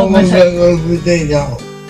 訪問看護ステーション。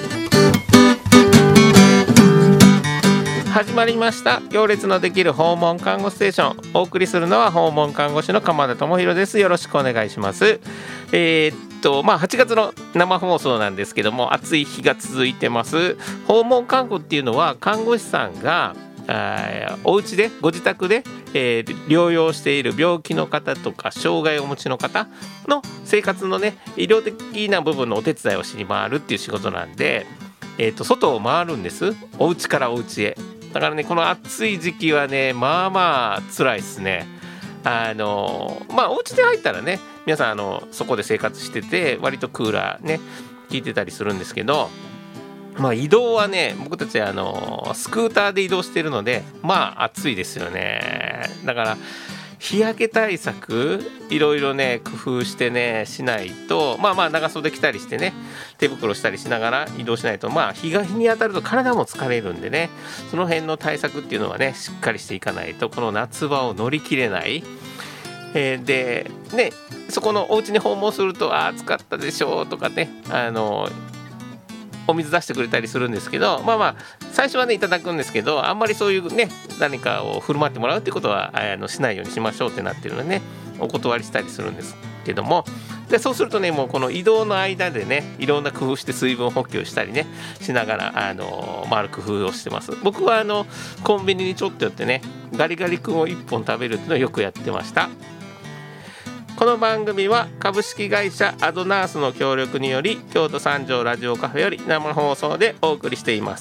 始まりました行列のできる訪問看護ステーション。お送りするのは訪問看護師の鎌田智博です。よろしくお願いします。8月の生放送なんですけども、暑い日が続いてます。訪問看護っていうのは看護師さんがお家でご自宅で、療養している病気の方とか障害をお持ちの方の生活のね医療的な部分のお手伝いをしに回るっていう仕事なんで、外を回るんです。お家からお家へ。だからね、この暑い時期はね、まあまあ辛いですね。お家で入ったらね、皆さんそこで生活してて割とクーラーね効いてたりするんですけど、移動はね、僕たちスクーターで移動してるので暑いですよね。だから日焼け対策いろいろね工夫してねしないと、長袖着たりしてね手袋したりしながら移動しないと、日に当たると体も疲れるんでね、その辺の対策っていうのはねしっかりしていかないとこの夏場を乗り切れない。でね、そこのお家に訪問すると暑かったでしょうとかね、お水出してくれたりするんですけど、最初はねいただくんですけど、あんまりそういうね何かを振る舞ってもらうっていうことはしないようにしましょうってなってるのでね、お断りしたりするんですけども、でそうするとね、もうこの移動の間でねいろんな工夫して水分補給したりねしながら回る工夫をしてます。僕はコンビニにちょっと寄ってねガリガリ君を1本食べるっていうのをよくやってました。この番組は株式会社アドナースの協力により京都三条ラジオカフェより生放送でお送りしています。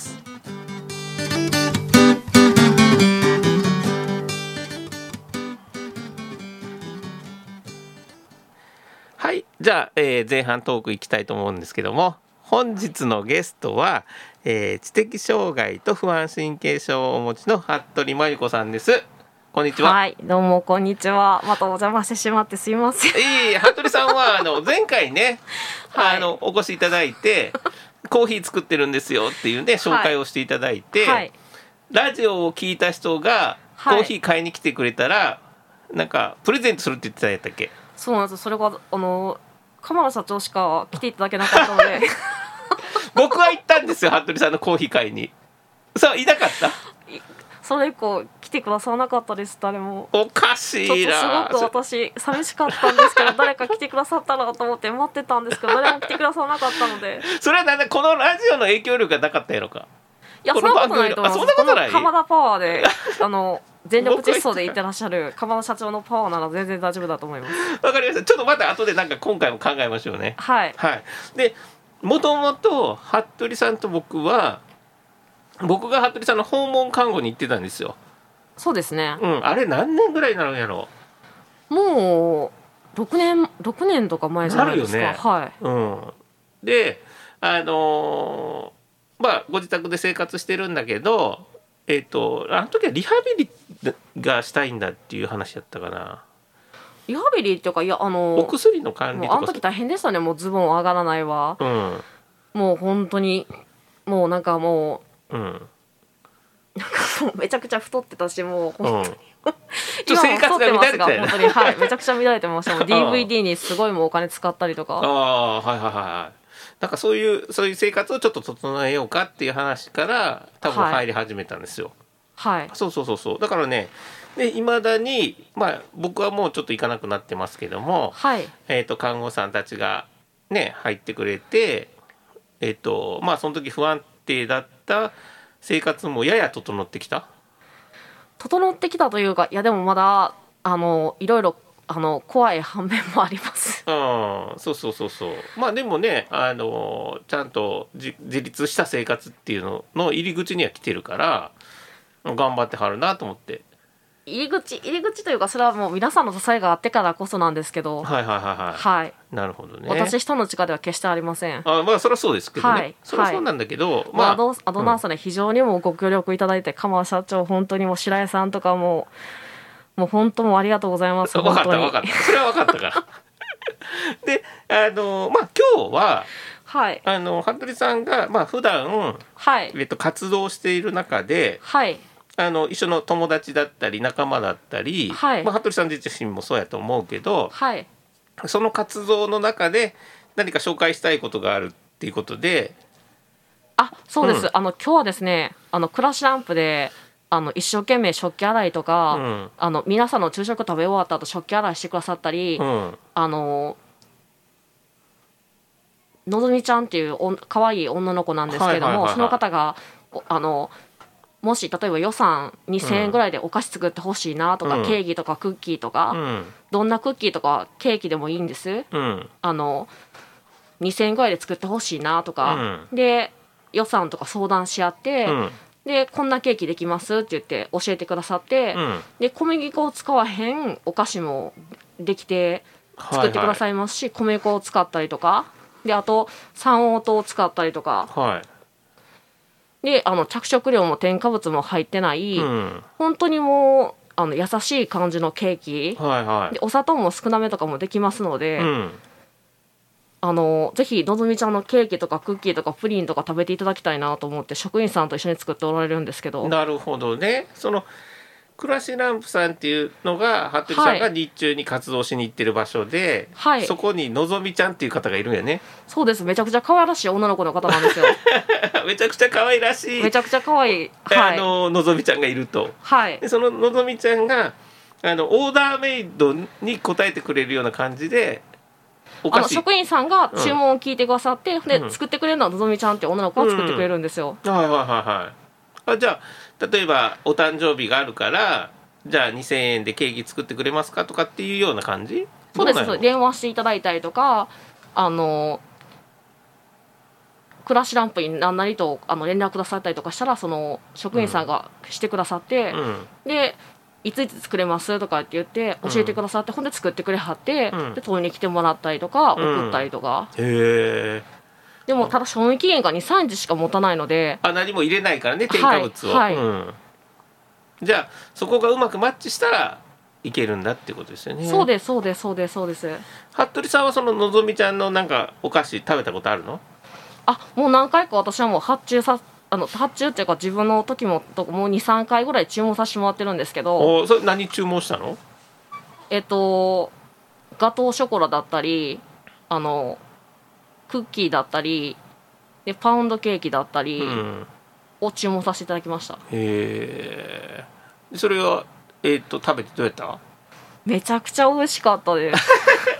はい、じゃあ、前半トークいきたいと思うんですけども、本日のゲストは、知的障害と不安神経症をお持ちの服部真由子さんです。こんにちは。 はい、どうもこんにちは。またお邪魔してしまってすいません。 服部さんは前回ね、 はい、 お越しいただいてコーヒー作ってるんですよっていうね紹介をしていただいて、 はい、 ラジオを聞いた人がコーヒー買いに来てくれたら、なんかプレゼントするって言ってたんやったっけ。 そうなんです。それが鎌田社長しか来ていただけなかったので僕は行ったんですよ、服部さんのコーヒー買いに。そういなかった。 それ以降来てくださらなかったです。誰も。 おかしいな。 ちょっとすごく私寂しかったんですけど誰か来てくださったらと思って待ってたんですけど誰も来てくださらなかったのでそれはなんだ、このラジオの影響力がなかったやろか。 いや、そんなことないと思います。 そんなことない。 この鎌田パワーで全力疾走でいってらっしゃる鎌田社長のパワーなら全然大丈夫だと思います。 わかりました。ちょっとまた後でなんか今回も考えましょうね。 はい、 はい。でもともと服部さんと僕が服部さんの訪問看護に行ってたんですよ。 そうですね。 あれ何年ぐらいになるんやろう。もう6年とか前じゃないですか。 なるよね。 はい。 でご自宅で生活してるんだけど、あの時はリハビリがしたいんだっていう話だったかな。 リハビリっていうか、いやお薬の管理とか。 あの時大変でしたね。もうズボン上がらないわ。もう本当にもうなんかもうめちゃくちゃ太ってたし、もう本当にちょっと生活が乱れてたよね。 本当に、はい、めちゃくちゃ乱れてました。もう DVD にすごいもうお金使ったりとか。 なんかそういう生活をちょっと整えようかっていう話から多分入り始めたんですよ。 はい。 そうだからね、で未だに僕はもうちょっと行かなくなってますけども、 はい、 看護師さんたちがね入ってくれて、その時不安定だった生活もやや整ってきたというか、いやでもまだいろいろ怖い反面もあります。 そうでもね、ちゃんと自立した生活っていうのの入り口には来てるから頑張ってはるなと思って。 入り口というか、それはもう皆さんの支えがあってからこそなんですけど。はい。 なるほどね。 私一人の力では決してありません。 それはそうですけどね。それはそうなんだけど、 アドナースね、非常にもご協力いただいて、鎌田社長本当にもう白井さんとかも本当もうありがとうございます。 分かったそれは分かったからで今日ははい、 服部さんが普段、 はい、 活動している中で、 はい、 一緒の友達だったり仲間だったり、 はい、 服部さん自身もそうやと思うけど、 はい、 その活動の中で何か紹介したいことがあるっていうことで。 あ、そうです、今日はですねクラッシュランプで一生懸命食器洗いとか、皆さんの昼食食べ終わった後食器洗いしてくださったり、のぞみちゃんっていう可愛い女の子なんですけれども、その方がもし例えば予算2000円ぐらいでお菓子作ってほしいなとか、ケーキとかクッキーとか、どんなクッキーとかケーキでもいいんです、2000円ぐらいで作ってほしいなとか、で予算とか相談し合って、でこんなケーキできますって言って教えてくださって、で小麦粉を使わへんお菓子もできて作ってくださいますし、米粉を使ったりとかで、あと三黄糖を使ったりとか、で着色料も添加物も入ってない、本当にもう優しい感じのケーキ、でお砂糖も少なめとかもできますので、ぜひのぞみちゃんのケーキとかクッキーとかプリンとか食べていただきたいなと思って職員さんと一緒に作っておられるんですけど。 なるほどね。そのクラシランプさんっていうのが服部さんが日中に活動しに行ってる場所で、そこにのぞみちゃんっていう方がいるんやね。 そうです、めちゃくちゃ可愛らしい女の子の方なんですよめちゃくちゃ可愛らしい、 めちゃくちゃ可愛い、 のぞみちゃんがいると、でそののぞみちゃんがオーダーメイドに応えてくれるような感じで職員さんが注文を聞いてくださって、で作ってくれるのはのぞみちゃんっていう女の子が作ってくれるんですよ。じゃあ例えばお誕生日があるからじゃあ2000円でケーキ作ってくれますかとかっていうような感じ？ そうです、電話していただいたりとかクラッシュランプに何なりと連絡くださったりとかしたら、その職員さんがしてくださって、でいついつ作れますとかって言って教えてくださって、ほんで作ってくれはって、で取りに来てもらったりとか送ったりとか、でもただ賞味期限が 2,3 日しか持たないので、 何も入れないからね、添加物を、じゃあそこがうまくマッチしたらいけるんだってことですよね。 そうですそうですそうですそうです。 服部さんはそののぞみちゃんのなんかお菓子食べたことあるの？ もう何回か私はもう発注っていうか自分の時もう 2,3 回ぐらい注文させてもらってるんですけど。 それ何注文したの？ ガトーショコラだったりクッキーだったりでパウンドケーキだったりを注文させていただきました。 それは食べてどうやった？ めちゃくちゃ美味しかったです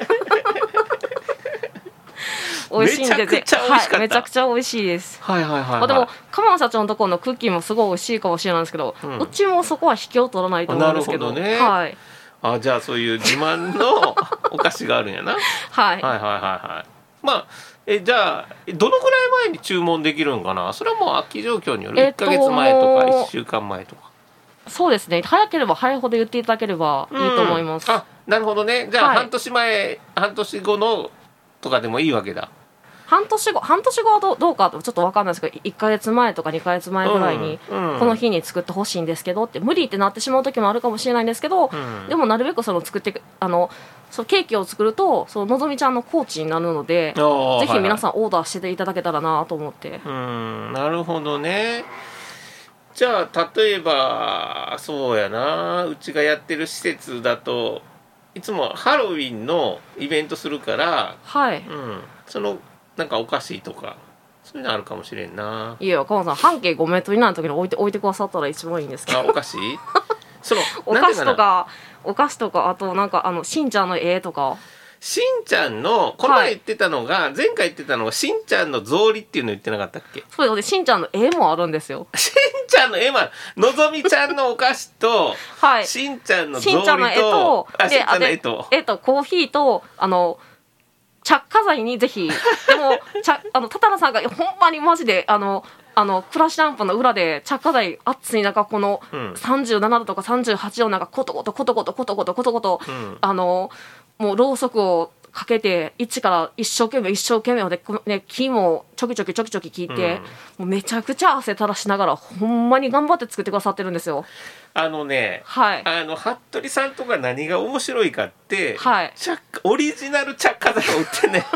美味しいんで、めちゃくちゃ美味しいです。でも鎌野社長のところのクッキーもすごい美味しいかもしれないんですけど、うちもそこは引けを取らないと思うんですけど。 じゃあそういう自慢のお菓子があるんやなまあじゃあどのくらい前に注文できるんかな？それはもう空き状況による。1ヶ月前とか1週間前とか。 そうですね、早ければ早いほど言っていただければいいと思います。 なるほどね。じゃあ半年前、半年後のとかでもいいわけだ。 半年後はどうかちょっと分かんないですけど、1ヶ月前とか2ヶ月前ぐらいにこの日に作ってほしいんですけどって無理ってなってしまう時もあるかもしれないんですけど、でもなるべく作ってそのケーキを作るとそののぞみちゃんのコーチになるので、ぜひ皆さんオーダーしていただけたらなと思って。 なるほどね。じゃあ例えばそうやな、うちがやってる施設だといつもハロウィンのイベントするから、そのなんかお菓子とかそういうのあるかもしれんな。 いや鎌田さん、半径5メートル以内の時に置いてくださったら一番いいんですけど。 お菓子そのお菓子とかあとなんかしんちゃんの絵とか。 しんちゃんのこの前言ってたのが、前回言ってたのがしんちゃんの草履っていうの言ってなかったっけ？ そうでしんちゃんの絵もあるんですよ。 しんちゃんの絵ものぞみちゃんのお菓子と、しんちゃんの草履とコーヒーと着火剤にぜひ。でもタタラさんがほんまにマジでクラッシュランプの裏で着火剤暑い中この37度とか38度なんかコトコトもうろうそくをかけて一から一生懸命で、ね、木もちょきちょき聞いて、もうめちゃくちゃ汗垂らしながらほんまに頑張って作ってくださってるんですよ。 服部さんとか何が面白いかって、オリジナル着火剤を売ってね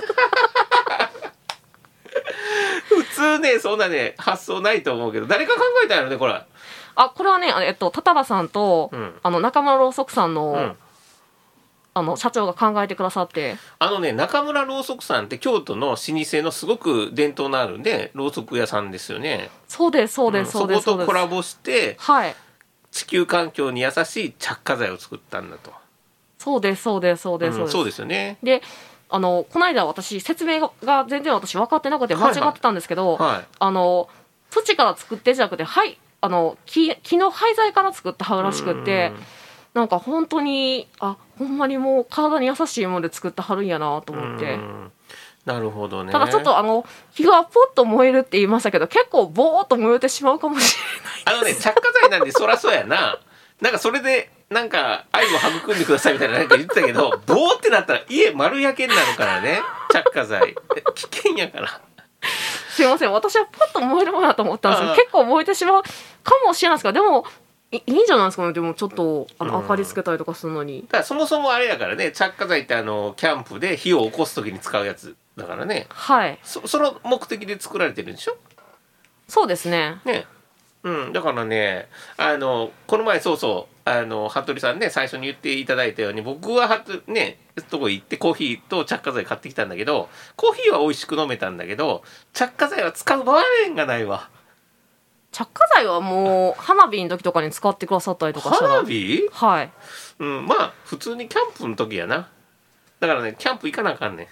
普通ねそんなね発想ないと思うけど、誰が考えたんやろねこれ。 これはねタタラさんと、中村ろうそくさんの、 社長が考えてくださって。 中村ろうそくさんって京都の老舗のすごく伝統のあるねろうそく屋さんですよね。 そうですそうですそうです。 そことコラボして、 はい、 地球環境に優しい着火剤を作ったんだと。 そうですそうですそうですそうですよね。 でこの間私説明が全然私分かってなくて間違ってたんですけど、土から作ってじゃなくて、はい、木の廃材から作ってはうらしくって、なんか本当にほんまにもう体に優しいもので作ってはるんやなと思って。 なるほどね。 ただちょっと火がポッと燃えるって言いましたけど、結構ボーっと燃えてしまうかもしれないです。 着火剤なんでそらそうやな。なんかそれでなんか愛を育んでくださいみたいななんか言ってたけど、ボーってなったら家丸焼けになるからね。着火剤危険やから。 すいません、私はポッと燃えるものだと思ったんですけど、結構燃えてしまうかもしれないですけど、でもいいんじゃないですかね。でもちょっと明かりつけたりとかするのに。 だからそもそもあれやからね、着火剤ってキャンプで火を起こす時に使うやつだからね。 はい。 その目的で作られてるんでしょ。そうですね。 ね。だからね、この前そうそう服部さんね最初に言っていただいたように、僕はとこ行ってコーヒーと着火剤買ってきたんだけど、コーヒーは美味しく飲めたんだけど、着火剤は使う場面がないわ。 着火剤はもう花火の時とかに使ってくださったりとかしたら。 花火？ はい。 まあ普通にキャンプの時やな。だからねキャンプ行かなあかんねん。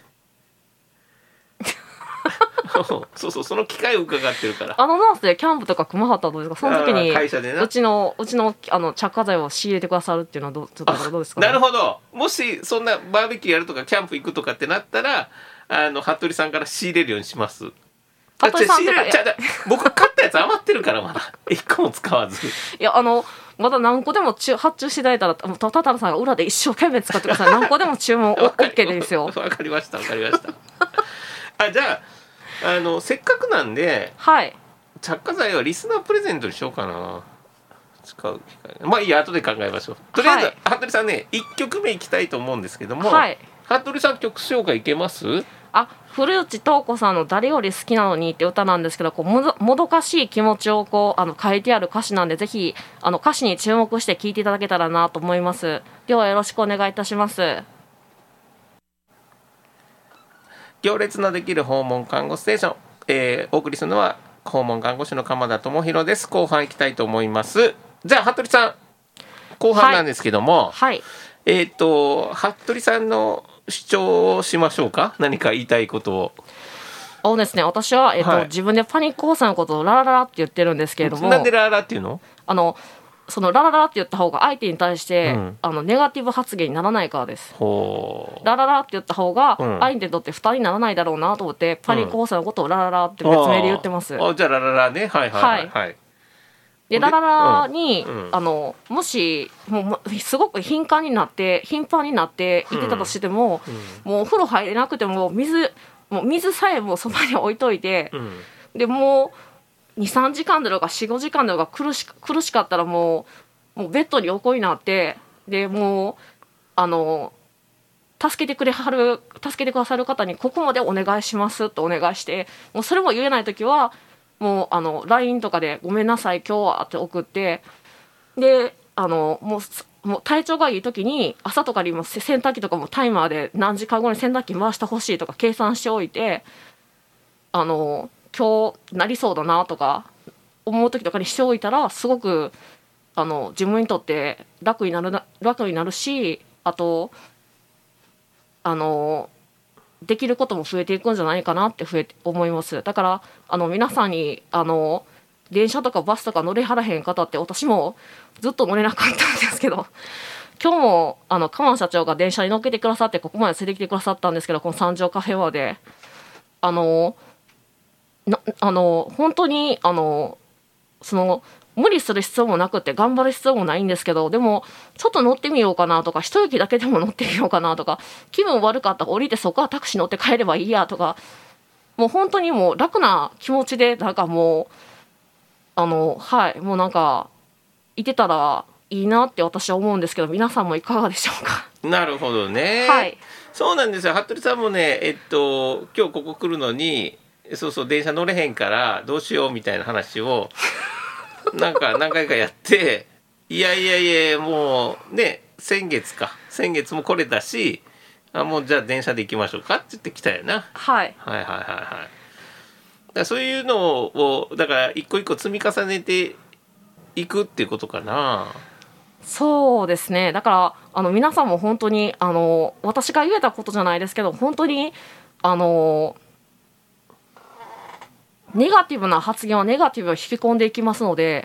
そうその機会を伺ってるから。 ナースでキャンプとか組まはったらどうですか。その時に会社でなうちの着火剤を仕入れてくださるっていうのはどうですかね。 なるほど。もしそんなバーベキューやるとかキャンプ行くとかってなったら服部さんから仕入れるようにします。服部さん僕買ったやつ余ってるからまだ1個も使わず。 いやまだ何個でも発注していただいたら、タタラさんが裏で一生懸命使ってください。何個でも注文 OK ですよ。 わかりましたじゃあせっかくなんで、 はい、 着火剤はリスナープレゼントにしようかな。使う機会、まあいいや、後で考えましょう。とりあえず、はい、服部さんね1曲目いきたいと思うんですけども、はい、服部さん曲紹介いけます？ 古内東子さんの誰より好きなのにって歌なんですけど、もどかしい気持ちを書いてある歌詞なんで、ぜひ歌詞に注目して聴いていただけたらなと思います。ではよろしくお願いいたします。 行列のできる訪問看護ステーション、お送りするのは訪問看護師の鎌田智博です。後半いきたいと思います。じゃあ服部さん後半なんですけども、 はい、 服部さんの主張をしましょうか。何か言いたいことを。 ですね、私は、自分でパニック発作のことをラララって言ってるんですけれども。 なんでラララっていうの？ そのラララって言った方が相手に対して、ネガティブ発言にならないからです。ラララって言った方が相手にとって負担にならないだろうなと思って、パニック発作のことをラララって別名で言ってます。 じゃあラララね。はいでラララに、もしもうすごく頻繁になっていってたとしても、もうお風呂入れなくても水さえもそばに置いといて、でもう 2,3 時間だろうが 4,5 時間だろうが苦しかったらもうベッドに横になって、でもう助けてくださる方にここまでお願いしますとお願いして、もうそれも言えない時はもうLINE とかでごめんなさい今日はって送って、でもう体調がいい時に朝とかにも洗濯機とかもタイマーで何時間後に洗濯機回してほしいとか計算しておいて、今日なりそうだなとか思う時とかにしておいたら、すごく自分にとって楽になるし、あとできることも増えていくんじゃないかなって思います。だから皆さんに電車とかバスとか乗れはらへん方って、私もずっと乗れなかったんですけど、今日も鎌田社長が電車に乗っけてくださってここまで連れてきてくださったんですけど、この三条カフェワで本当に無理する必要もなくて頑張る必要もないんですけど、でもちょっと乗ってみようかなとか、一息だけでも乗ってみようかなとか、気分悪かったら降りてそこはタクシー乗って帰ればいいやとか、もう本当にもう楽な気持ちでなんかもうもうなんかいてたらいいなって私は思うんですけど、皆さんもいかがでしょうか。 なるほどね。そうなんですよ。服部さんもね今日ここ来るのに電車乗れへんからどうしようみたいな話をなんか何回かやって、いやもうね先月も来れたし、もうじゃあ電車で行きましょうかって言って来たよな。 はい、 はいはいはいはい。だからそういうのをだから一個一個積み重ねていくっていうことかな。 そうですね。だから皆さんも本当に私が言えたことじゃないですけど、本当にネガティブな発言はネガティブを引き込んでいきますので、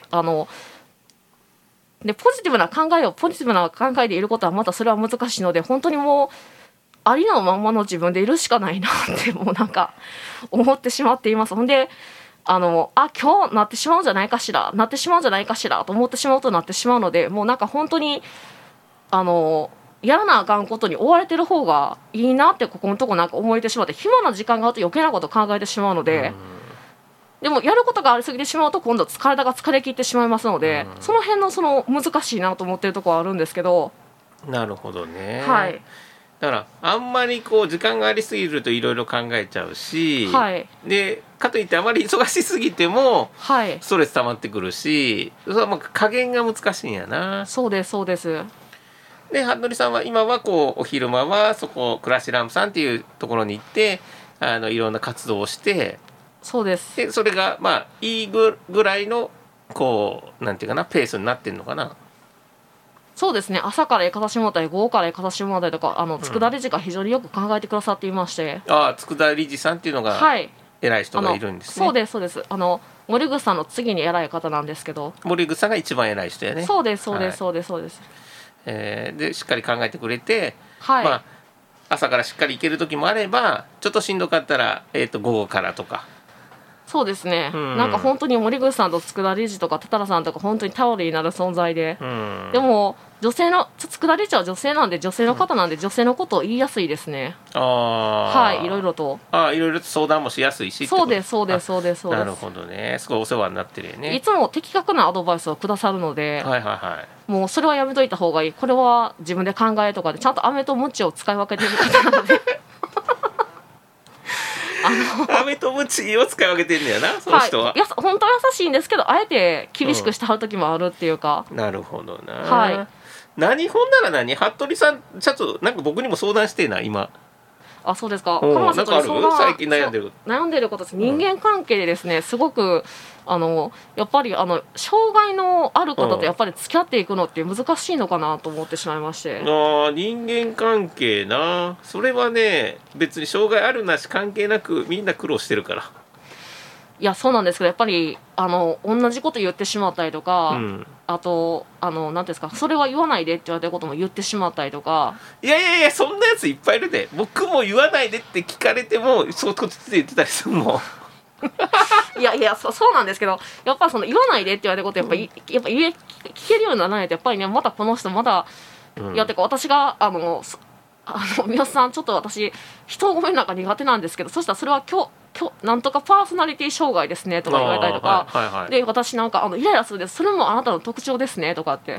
でポジティブな考えでいることはまたそれは難しいので、本当にもうありのまんまの自分でいるしかないなってもうなんか思ってしまっています。ほんで今日なってしまうんじゃないかしらと思ってしまうとなってしまうので、もうなんか本当にやらなあかんことに追われてる方がいいなってここのとこなんか思えてしまって、暇な時間があると余計なこと考えてしまうので、でもやることがありすぎてしまうと今度体が疲れ切ってしまいますので、その辺の難しいなと思ってるところはあるんですけど。 なるほどね。 はい。 だからあんまりこう時間がありすぎるといろいろ考えちゃうし、 はい、 でかといってあまり忙しすぎてもはい、 ストレス溜まってくるし、それはまあ加減が難しいんやな。 そうですそうです。 で服部さんは今はこうお昼間はそこ暮らしランプさんっていうところに行っていろんな活動をして、 そうです。 でそれがまあいいぐらいのこうなんていうかなペースになってんのかな。 そうですね。朝から行かさせてもらったり、午後から行かさせてもらったりとか、佃理事が非常によく考えてくださっていまして。 佃理事さんっていうのがはい、 偉い人がいるんですね。 そうですそうです。森口さんの次に偉い方なんですけど。 森口さんが一番偉い人やね。 そうですそうです、 はい、 そうですそうです。 でしっかり考えてくれて、 はい、 まあ朝からしっかり行ける時もあれば、ちょっとしんどかったら午後からとか。 そうですね、なんか本当に森口さんと佃理事とか多々良さんとか本当に頼りになる存在で、でも女性の佃理事は女性なんで、女性の方なんで女性のことを言いやすいですね。はい、いろいろと相談もしやすいし。 そうですそうですそうですそうです。 なるほどね。すごいお世話になってるよね。 いつも的確なアドバイスをくださるので、 はいはいはい、 もうそれはやめといた方がいい、これは自分で考えとかでちゃんと飴とムチを使い分けてる方なので飴とムチを使い分けてんのやな、その人は。 本当は優しいんですけど、あえて厳しくしてはる時もあるっていうか。 なるほどな。 はい。 ほんなら服部さんちょっとなんか僕にも相談してな今。 そうですか。 なんかある？最近悩んでることです。人間関係でですね、すごくやっぱり障害のある方とやっぱり付き合っていくのって難しいのかなと思ってしまいまして。 人間関係な、それはね別に障害あるなし関係なくみんな苦労してるから。 いやそうなんですけど、やっぱり同じこと言ってしまったりとか、あとなんていうんですか、それは言わないでって言われたことも言ってしまったりとか。 いやそんなやついっぱいいるで。僕も言わないでって聞かれてもそういうこと言ってたりするもんいやそうなんですけど、やっぱ言わないでって言われたことやっぱ聞けるようにならないと、やっぱりね、またこの人まだ、いやてか私が三好さんちょっと私人混みなんか苦手なんですけど、そしたらそれは今日なんとかパーソナリティ障害ですねとか言われたりとか、で私なんかイライラするです、それもあなたの特徴ですねとかって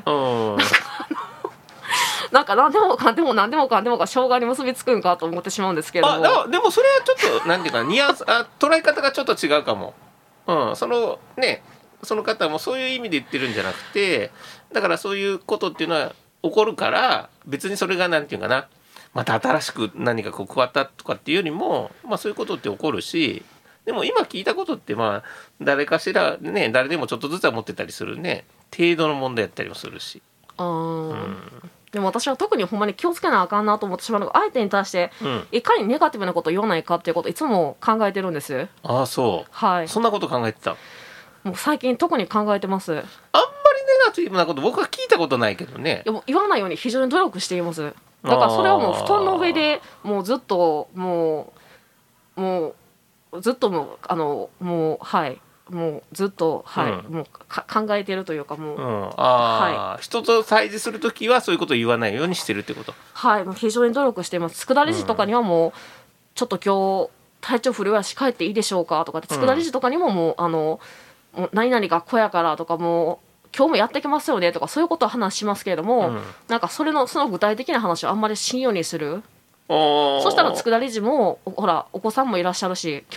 なんか何でもかんでもが障害に結びつくんかと思ってしまうんですけれども。 でもそれはちょっとなんていうかニュアンス捉え方がちょっと違うかも。その方もそういう意味で言ってるんじゃなくて、だからそういうことっていうのは起こるから、別にそれがなんていうかな、また新しく何かこう加わったとかっていうよりも、そういうことって起こるし、でも今聞いたことって誰かしらね、誰でもちょっとずつは持ってたりするね、程度の問題やったりもするし。 でも私は特にほんまに気をつけなあかんなと思ってしまうのが、相手に対していかにネガティブなことを言わないかっていうことをいつも考えてるんです。 そう、 はい、 そんなこと考えてた。 もう最近特に考えてます。あんまりネガティブなこと僕は聞いたことないけどね。 もう言わないように非常に努力しています。だからそれはもう布団の上でもうずっともうずっともうずっともう考えてるというか、もう、 人と対峙するときはそういうことを言わないようにしてるってこと。 もう非常に努力しています。佃理事とかにはもうちょっと今日体調不良やし帰っていいでしょうかとかって、佃理事とかにももう何々が子やからとか、もう今日もやってきますよねとか、そういうことを話しますけれども、なんかその具体的な話をあんまりしんようにする。そしたら佃理事もほらお子さんもいらっしゃるし、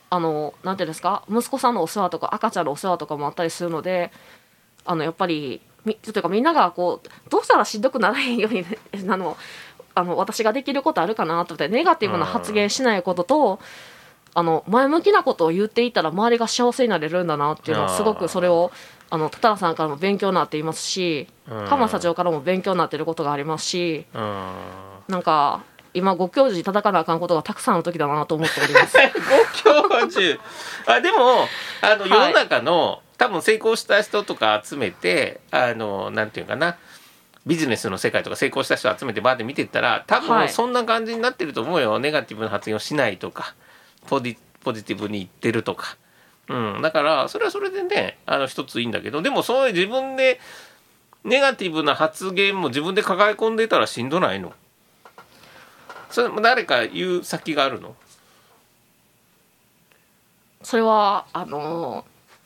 なんていうんですか、息子さんのお世話とか赤ちゃんのお世話とかもあったりするので、やっぱりというかみんながこうどうしたらしんどくならへんように私ができることあるかなと思って、ネガティブな発言しないことと、前向きなことを言っていたら周りが幸せになれるんだなっていうのはすごくそれを多々さんからも勉強になっていますし、鎌田社長からも勉強になっていることがありますし、なんか今ご教授いただかなあかんことがたくさんの時だなと思っておりますご教授でも世の中の多分成功した人とか集めてなんていうかな、ビジネスの世界とか成功した人を集めてバーって見ていったら多分そんな感じになってると思うよ、ネガティブな発言をしないとかポジティブに言ってるとか、だからそれはそれでね一ついいんだけど、でもそういう自分でネガティブな発言も自分で抱え込んでたらしんどないの？それ誰か言う先があるの？ それはちょ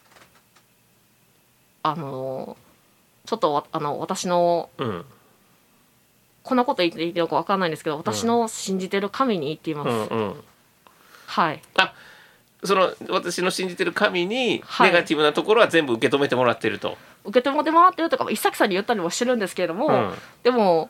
っと私の、こんなこと言っていいのか分かんないんですけど、私の信じてる神に言っています、はい。 その私の信じてる神にネガティブなところは全部受け止めてもらってると、 受け止めてもらってるとか一崎さんに言ったりもしてるんですけれども、でも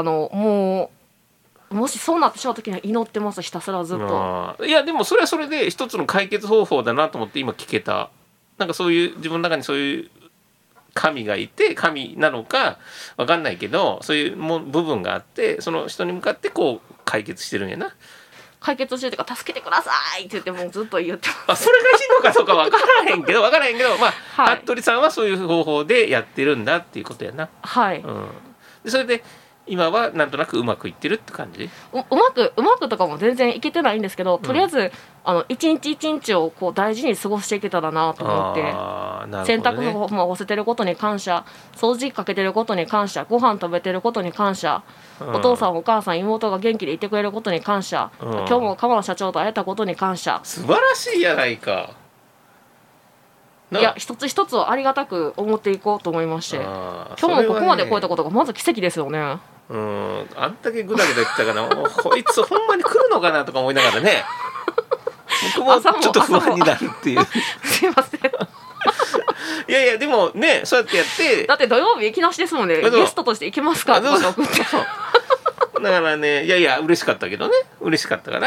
もしそうなってしまう時には祈ってます、ひたすらずっと。 いやでもそれはそれで一つの解決方法だなと思って今聞けた。なんかそういう自分の中にそういう神がいて、神なのか分かんないけどそういう部分があって、その人に向かってこう解決してるんやな。 解決してるというか助けてくださいって言ってもうずっと言ってます。 それがいいのかどうか分からへんけど服部さんはそういう方法でやってるんだっていうことやな。 はい、 でそれで今はなんとなくうまくいってるって感じ？ うまくとかも全然いけてないんですけど、とりあえず一日一日をこう大事に過ごしていけたらなと思って、洗濯物も合わせてることに感謝、掃除機かけてることに感謝、ご飯食べてることに感謝、お父さんお母さん妹が元気でいてくれることに感謝、今日も鎌田社長と会えたことに感謝。 素晴らしいやないか。 いや一つ一つをありがたく思っていこうと思いまして、今日もここまで超えたことがまず奇跡ですよね。 あんだけグダグダ言ってたからこいつほんまに来るのかなとか思いながらね僕もちょっと不安になるっていうすいませんいやでもね、そうやってやってだって土曜日行きなしですもんね。ゲストとして行きますかとか送ってだからね、いや嬉しかったけどね、嬉しかったから、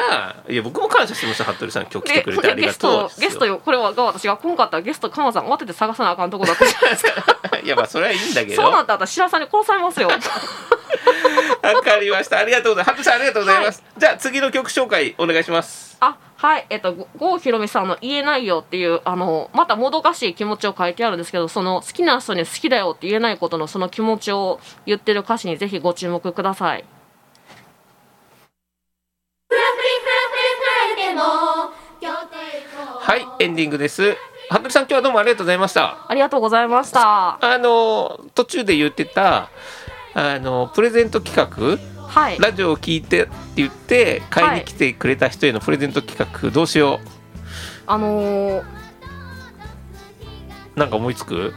いや僕も感謝してました。服部さん今日来てくれてありがとう。 ゲストよ、これは私が来んかったらゲスト鎌田さん慌てて探さなあかんとこだったじゃないですかいやそれはいいんだけど、 そうなったら私白さんに殺されますよわかりました、ありがとうございます。服部さんありがとうございます、じゃあ次の曲紹介お願いします。 はい、郷ひろみさんの言えないよっていうまたもどかしい気持ちを書いてあるんですけど、その好きな人に好きだよって言えないことのその気持ちを言ってる歌詞にぜひご注目ください。 はい、エンディングです。服部さん今日はどうもありがとうございました。 ありがとうございました。 途中で言ってたプレゼント企画、 はい、 ラジオを聞いてって言って買いに来てくれた人へのプレゼント企画どうしよう。なんか思いつく？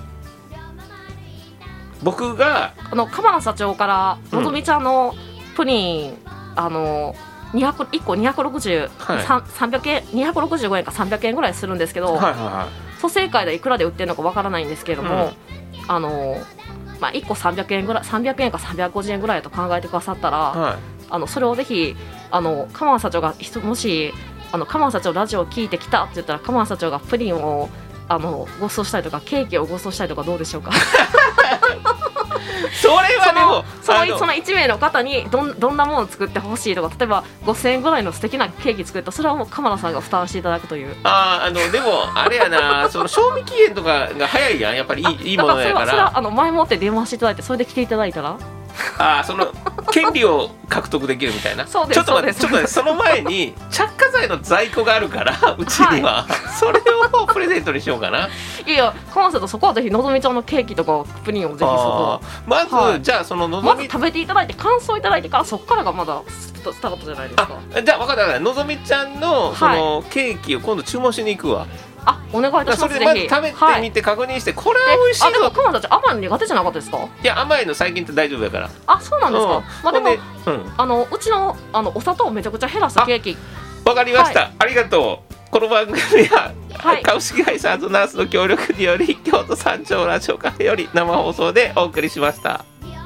僕が鎌田社長からのぞみちゃんのプリン、1個260、300円265円か300円ぐらいするんですけど、蘇生会でいくらで売ってるのかわからないんですけれども、1個300円ぐらい、300円か350円ぐらいと考えてくださったら、それをぜひ鎌田社長がもし鎌田社長ラジオを聞いてきたって言ったら、鎌田社長がプリンをご馳走したりとかケーキをご馳走したりとかどうでしょうかそれはでもその1名の方にどんなものを作ってほしいとか、例えば5000円ぐらいの素敵なケーキ作ったらそれはもう鎌田さんが負担していただくという。 でもあれやなその賞味期限とかが早いやん、やっぱりいいものやから。 それは前もって電話していただいてそれで来ていただいたらその権利を獲得できるみたいな。 そうです。 ちょっと待ってその前に着火剤の在庫があるからうちには、それをプレゼントにしようかな。 いや鎌田さんとそこはぜひのぞみちゃんのケーキとかプリンをぜひそこまず、じゃあそののぞみまず食べていただいて感想いただいてからそこからがまだスタートじゃないですか。 じゃあ分かったのぞみちゃんのそのケーキを今度注文しに行くわ。 お願いいたします。 それでまず食べてみて確認して、これは美味しいぞ。 でも鎌田ちゃん甘いの苦手じゃなかったですか？ いや甘いの最近って大丈夫やから。 そうなんですか。でもうちのお砂糖をめちゃくちゃ減らしたケーキ。 わかりました、ありがとう。この番組ははい、 株式会社アズナースの協力により京都三丁ラジオカフェより生放送でお送りしました。